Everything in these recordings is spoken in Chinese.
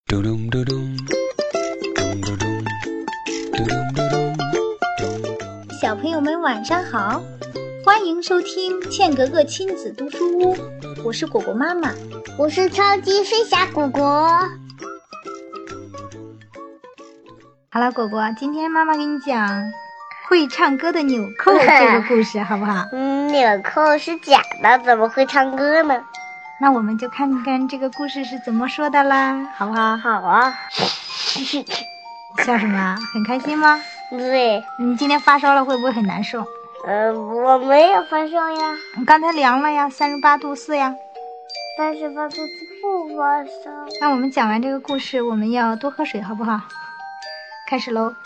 嘟咚嘟咚，咚嘟咚，嘟咚嘟咚，咚咚。 小朋友们晚上好，欢迎收听茜格格亲子读书屋，我是果果妈妈， 我是超级飞侠果果。 好了，果果，今天妈妈给你讲会唱歌的纽扣这个故事，好不好？ 纽扣是假的，怎么会唱歌呢？ 那我们就看看这个故事是怎么说的啦，好不好？ 好啊。 笑什么？很开心吗？ 对。 你今天发烧了，会不会很难受？ 我没有发烧呀。 你刚才量了呀，38度4呀。 38度4不发烧。 那我们讲完这个故事，我们要多喝水，好不好？开始喽。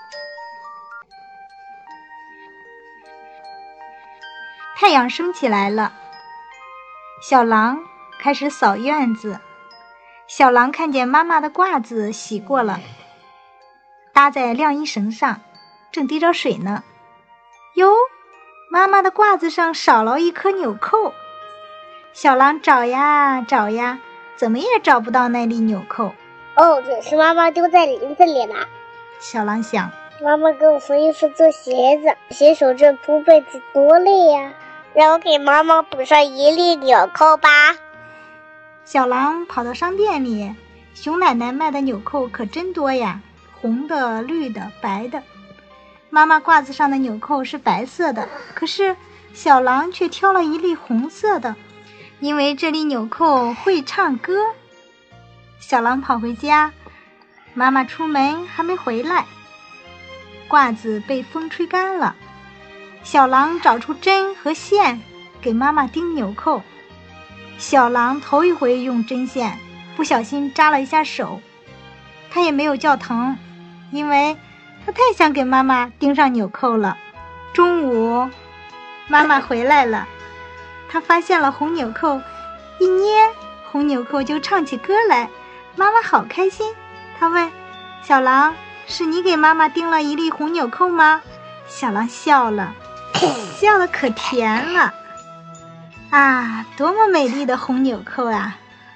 太阳升起来了，小狼开始扫院子。小狼看见妈妈的褂子洗过了，搭在晾衣绳上，正滴着水呢。哟，妈妈的褂子上少了一颗纽扣。小狼找呀找呀，怎么也找不到那粒纽扣。 哦，这是妈妈丢在林子里了。 小狼想， 妈妈给我缝衣服做鞋子，洗手这铺被子多累呀，让我给妈妈补上一粒纽扣吧。 小狼跑到商店里，熊奶奶卖的纽扣可真多呀，红的、绿的、白的。妈妈褂子上的纽扣是白色的，可是小狼却挑了一粒红色的，因为这粒纽扣会唱歌。小狼跑回家，妈妈出门还没回来，褂子被风吹干了。小狼找出针和线，给妈妈钉纽扣。小狼头一回用针线，不小心扎了一下手，他也没有叫疼，因为他太想给妈妈钉上纽扣了。中午，妈妈回来了，她发现了红纽扣，一捏，红纽扣就唱起歌来。妈妈好开心，她问小狼，是你给妈妈钉了一粒红纽扣吗？小狼笑了，笑得可甜了。啊，多么美丽的红纽扣啊！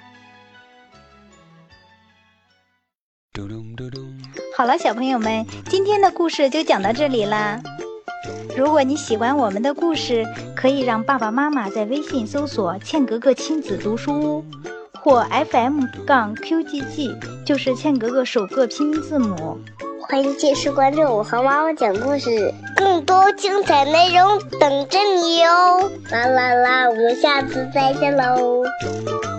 嘟咚嘟咚。 好了，小朋友们，今天的故事就讲到这里啦。如果你喜欢我们的故事，可以让爸爸妈妈在微信搜索茜格格亲子读书屋，或 FM-QGG， 就是茜格格首个拼音字母。 欢迎继续关注我和妈妈讲故事，更多精彩内容等着你哟！啦啦啦，我们下次再见喽。